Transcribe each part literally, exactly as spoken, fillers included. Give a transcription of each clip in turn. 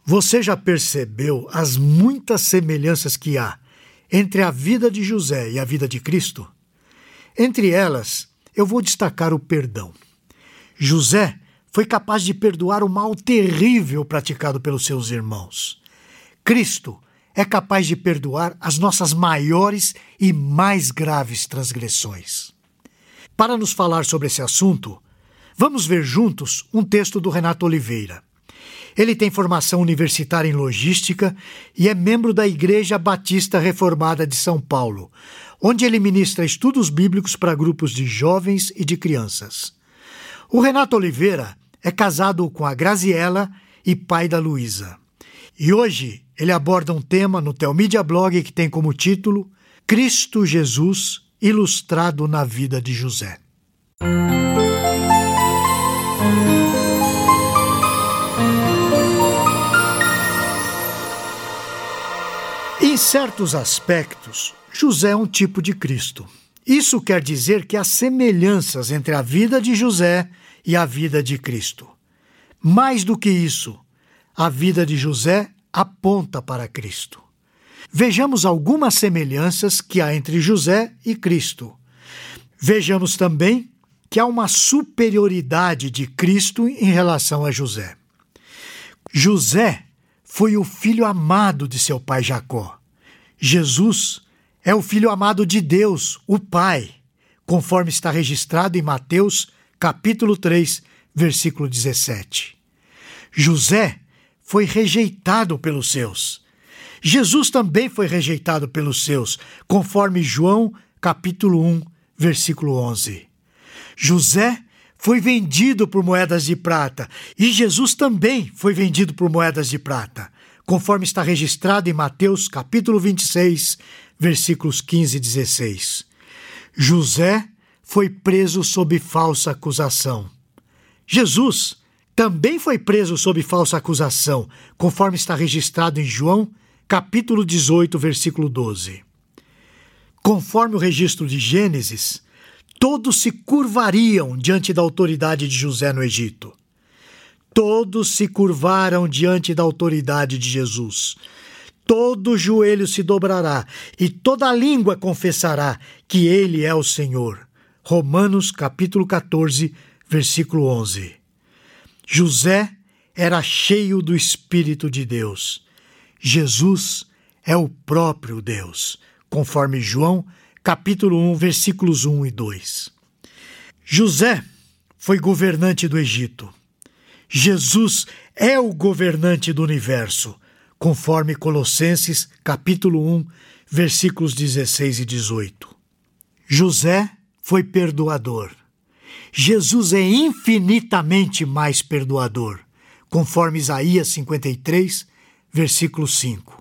Você já percebeu as muitas semelhanças que há entre a vida de José e a vida de Cristo? Entre elas, eu vou destacar o perdão. José foi capaz de perdoar o mal terrível praticado pelos seus irmãos. Cristo é capaz de perdoar as nossas maiores e mais graves transgressões. Para nos falar sobre esse assunto, vamos ver juntos um texto do Renato Oliveira. Ele tem formação universitária em logística e é membro da Igreja Batista Reformada de São Paulo, onde ele ministra estudos bíblicos para grupos de jovens e de crianças. O Renato Oliveira é casado com a Graziela e pai da Luísa. E hoje ele aborda um tema no Telmídia Blog que tem como título Cristo Jesus ilustrado na vida de José. Em certos aspectos, José é um tipo de Cristo. Isso quer dizer que há semelhanças entre a vida de José e a vida de Cristo. Mais do que isso, a vida de José aponta para Cristo. Vejamos algumas semelhanças que há entre José e Cristo. Vejamos também que há uma superioridade de Cristo em relação a José. José foi o filho amado de seu pai Jacó. Jesus é o filho amado de Deus, o Pai, conforme está registrado em Mateus, capítulo três, versículo dezessete. José foi rejeitado pelos seus. Jesus também foi rejeitado pelos seus, conforme João, capítulo um, versículo onze. José foi vendido por moedas de prata, e Jesus também foi vendido por moedas de prata, conforme está registrado em Mateus capítulo vinte e seis, versículos quinze e dezesseis. José foi preso sob falsa acusação. Jesus também foi preso sob falsa acusação, conforme está registrado em João capítulo dezoito, versículo doze. Conforme o registro de Gênesis, todos se curvariam diante da autoridade de José no Egito. Todos se curvaram diante da autoridade de Jesus. Todo joelho se dobrará e toda língua confessará que ele é o Senhor. Romanos capítulo catorze, versículo onze. José era cheio do Espírito de Deus. Jesus é o próprio Deus, conforme João capítulo um, versículos um e dois. José foi governante do Egito. Jesus é o governante do universo, conforme Colossenses capítulo um, versículos dezesseis e dezoito. José foi perdoador. Jesus é infinitamente mais perdoador, conforme Isaías cinquenta e três, versículo cinco.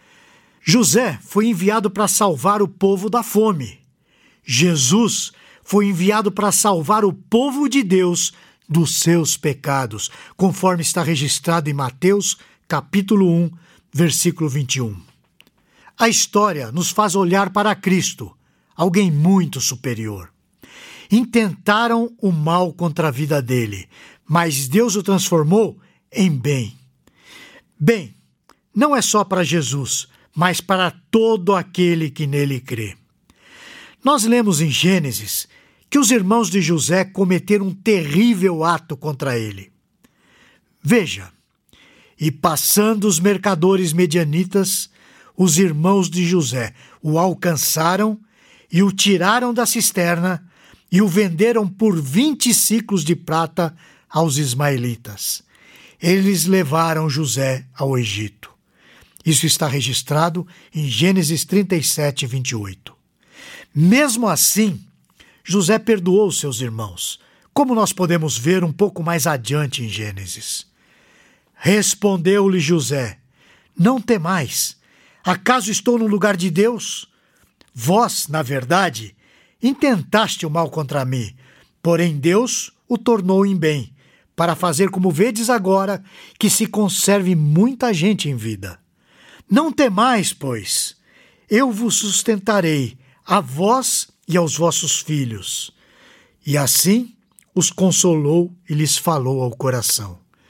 José foi enviado para salvar o povo da fome. Jesus foi enviado para salvar o povo de Deus dos seus pecados, conforme está registrado em Mateus, capítulo um, versículo vinte e um. A história nos faz olhar para Cristo, alguém muito superior. Intentaram o mal contra a vida dele, mas Deus o transformou em bem. Bem, não é só para Jesus, mas para todo aquele que nele crê. Nós lemos em Gênesis que os irmãos de José cometeram um terrível ato contra ele. Veja, e passando os mercadores medianitas, os irmãos de José o alcançaram e o tiraram da cisterna e o venderam por vinte ciclos de prata aos ismaelitas. Eles levaram José ao Egito. Isso está registrado em Gênesis trinta e sete, vinte e oito. Mesmo assim, José perdoou seus irmãos, como nós podemos ver um pouco mais adiante em Gênesis. Respondeu-lhe José: não temais, acaso estou no lugar de Deus? Vós, na verdade, intentaste o mal contra mim, porém Deus o tornou em bem, para fazer como vedes agora, que se conserve muita gente em vida. Não temais, pois, eu vos sustentarei, a vós e aos vossos filhos. E assim os consolou e lhes falou ao coração.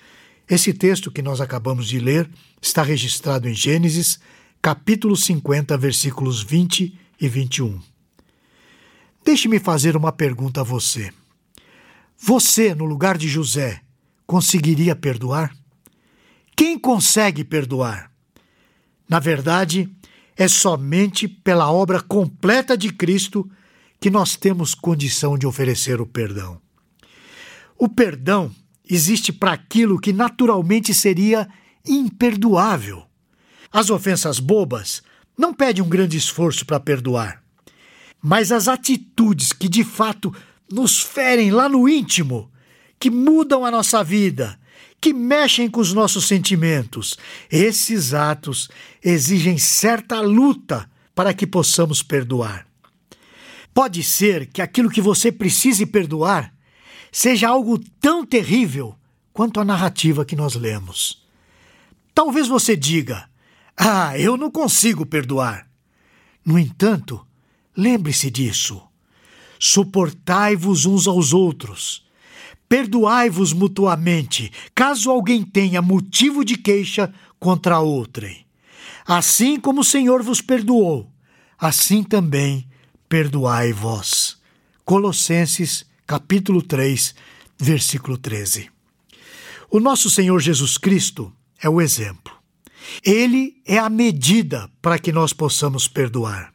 Esse texto que nós acabamos de ler está registrado em Gênesis, capítulo cinquenta, versículos vinte e vinte e um. Deixe-me fazer uma pergunta a você. Você, no lugar de José, conseguiria perdoar? Quem consegue perdoar? Na verdade, é somente pela obra completa de Cristo que nós temos condição de oferecer o perdão. O perdão existe para aquilo que naturalmente seria imperdoável. As ofensas bobas não pedem um grande esforço para perdoar, mas as atitudes que de fato nos ferem lá no íntimo, que mudam a nossa vida, que mexem com os nossos sentimentos, esses atos exigem certa luta para que possamos perdoar. Pode ser que aquilo que você precise perdoar seja algo tão terrível quanto a narrativa que nós lemos. Talvez você diga: ah, eu não consigo perdoar. No entanto, lembre-se disso. Suportai-vos uns aos outros. Perdoai-vos mutuamente, caso alguém tenha motivo de queixa contra outrem. Assim como o Senhor vos perdoou, assim também perdoai vós. Colossenses, capítulo três, versículo treze. O nosso Senhor Jesus Cristo é o exemplo. Ele é a medida para que nós possamos perdoar.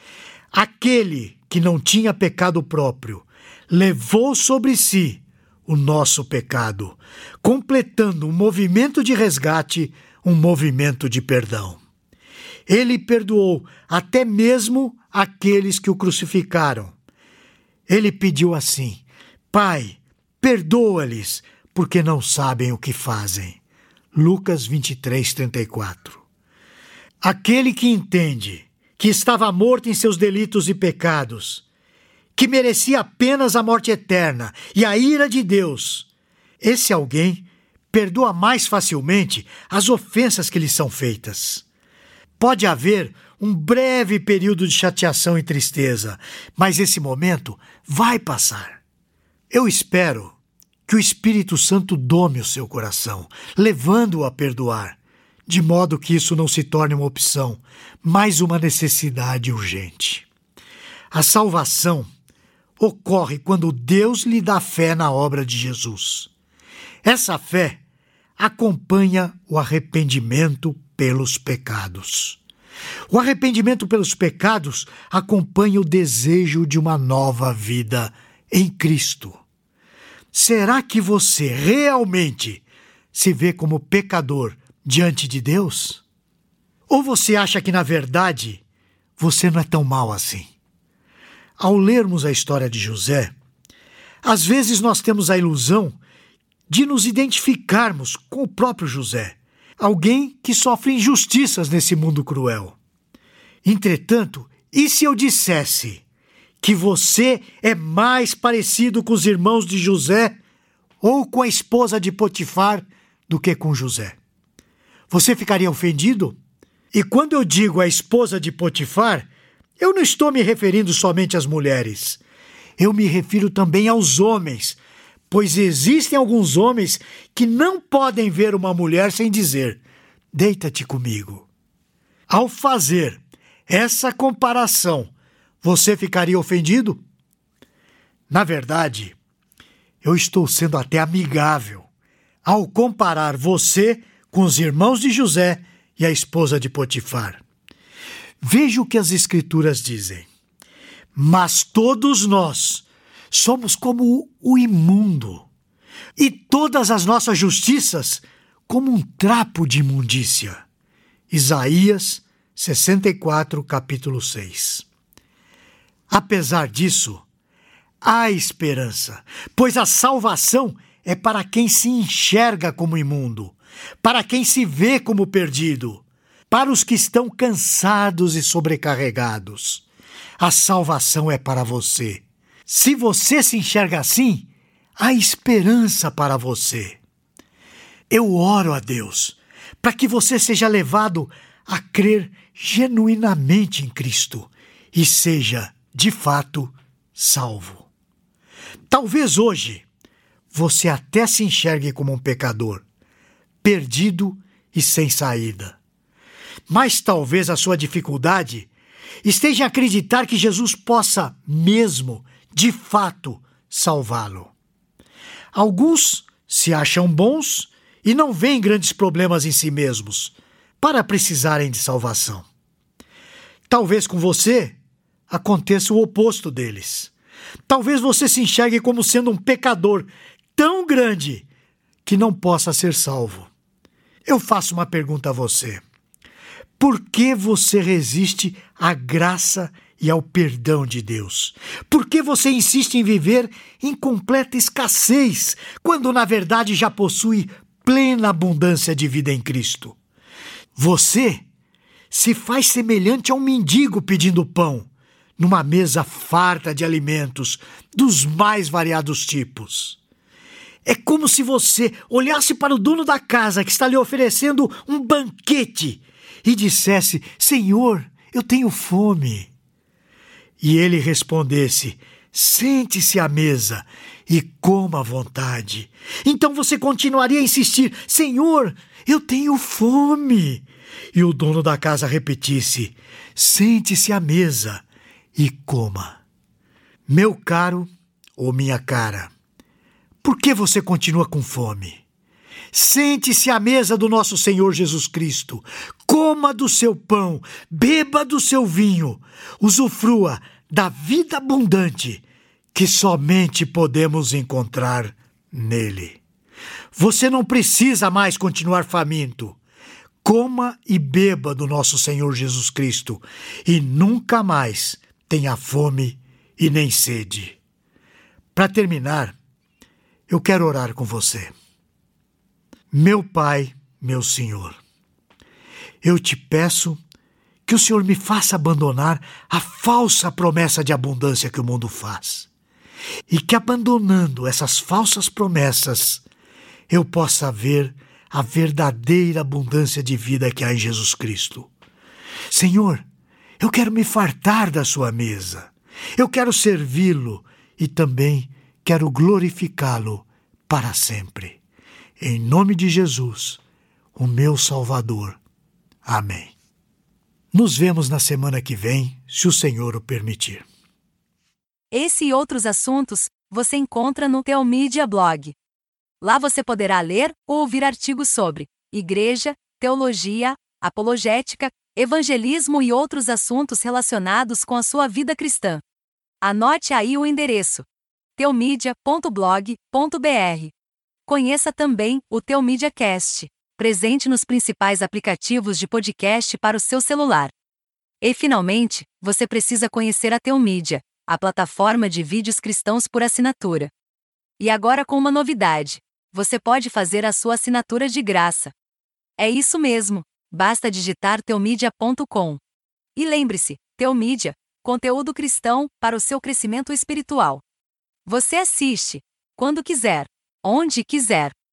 Aquele que não tinha pecado próprio levou sobre si o nosso pecado, completando um movimento de resgate, um movimento de perdão. Ele perdoou até mesmo aqueles que o crucificaram. Ele pediu assim: Pai, perdoa-lhes, porque não sabem o que fazem. Lucas vinte e três, trinta e quatro. Aquele que entende que estava morto em seus delitos e pecados, que merecia apenas a morte eterna e a ira de Deus, esse alguém perdoa mais facilmente as ofensas que lhe são feitas. Pode haver um breve período de chateação e tristeza, mas esse momento vai passar. Eu espero que o Espírito Santo dome o seu coração, levando-o a perdoar, de modo que isso não se torne uma opção, mas uma necessidade urgente. A salvação ocorre quando Deus lhe dá fé na obra de Jesus. Essa fé acompanha o arrependimento pelos pecados. O arrependimento pelos pecados acompanha o desejo de uma nova vida em Cristo. Será que você realmente se vê como pecador diante de Deus? Ou você acha que, na verdade, você não é tão mau assim? Ao lermos a história de José, às vezes nós temos a ilusão de nos identificarmos com o próprio José, alguém que sofre injustiças nesse mundo cruel. Entretanto, e se eu dissesse que você é mais parecido com os irmãos de José ou com a esposa de Potifar do que com José? Você ficaria ofendido? E quando eu digo a esposa de Potifar, eu não estou me referindo somente às mulheres. Eu me refiro também aos homens, pois existem alguns homens que não podem ver uma mulher sem dizer: deita-te comigo. Ao fazer essa comparação, você ficaria ofendido? Na verdade, eu estou sendo até amigável ao comparar você com os irmãos de José e a esposa de Potifar. Veja o que as Escrituras dizem. Mas todos nós somos como o imundo, e todas as nossas justiças como um trapo de imundícia. Isaías sessenta e quatro, capítulo seis. Apesar disso, há esperança, pois a salvação é para quem se enxerga como imundo, para quem se vê como perdido, para os que estão cansados e sobrecarregados. A salvação é para você. Se você se enxerga assim, há esperança para você. Eu oro a Deus para que você seja levado a crer genuinamente em Cristo e seja, de fato, salvo. Talvez hoje você até se enxergue como um pecador. perdido e sem saída. Mas talvez a sua dificuldade esteja em acreditar que Jesus possa mesmo, de fato, salvá-lo. Alguns se acham bons e não veem grandes problemas em si mesmos para precisarem de salvação. Talvez com você aconteça o oposto deles. Talvez você se enxergue como sendo um pecador tão grande que não possa ser salvo. Eu faço uma pergunta a você. Por que você resiste à graça e ao perdão de Deus? Por que você insiste em viver em completa escassez, quando na verdade já possui plena abundância de vida em Cristo? Você se faz semelhante a um mendigo pedindo pão, numa mesa farta de alimentos dos mais variados tipos. É como se você olhasse para o dono da casa que está lhe oferecendo um banquete e dissesse: Senhor, eu tenho fome. E ele respondesse: sente-se à mesa e coma à vontade. Então você continuaria a insistir: Senhor, eu tenho fome. E o dono da casa repetisse: sente-se à mesa e coma. Meu caro ou minha cara, por que você continua com fome? Sente-se à mesa do nosso Senhor Jesus Cristo, coma do seu pão, beba do seu vinho, usufrua da vida abundante que somente podemos encontrar nele. Você não precisa mais continuar faminto. Coma e beba do nosso Senhor Jesus Cristo e nunca mais tenha fome e nem sede. Para terminar, eu quero orar com você. Meu Pai, meu Senhor, eu te peço que o Senhor me faça abandonar a falsa promessa de abundância que o mundo faz. E que abandonando essas falsas promessas, eu possa ver a verdadeira abundância de vida que há em Jesus Cristo. Senhor, eu quero me fartar da sua mesa. Eu quero servi-lo e também quero glorificá-lo para sempre. Em nome de Jesus, o meu Salvador. Amém. Nos vemos na semana que vem, se o Senhor o permitir. Esse e outros assuntos você encontra no Teomídia Blog. Lá você poderá ler ou ouvir artigos sobre igreja, teologia, apologética, evangelismo e outros assuntos relacionados com a sua vida cristã. Anote aí o endereço: teomídia ponto blog ponto br. Conheça também o Teomídia Cast, presente nos principais aplicativos de podcast para o seu celular. E finalmente, você precisa conhecer a Teomídia, a plataforma de vídeos cristãos por assinatura. E agora com uma novidade: você pode fazer a sua assinatura de graça. É isso mesmo, basta digitar teomídia ponto com. E lembre-se, Teomídia, conteúdo cristão para o seu crescimento espiritual. Você assiste, quando quiser, onde quiser,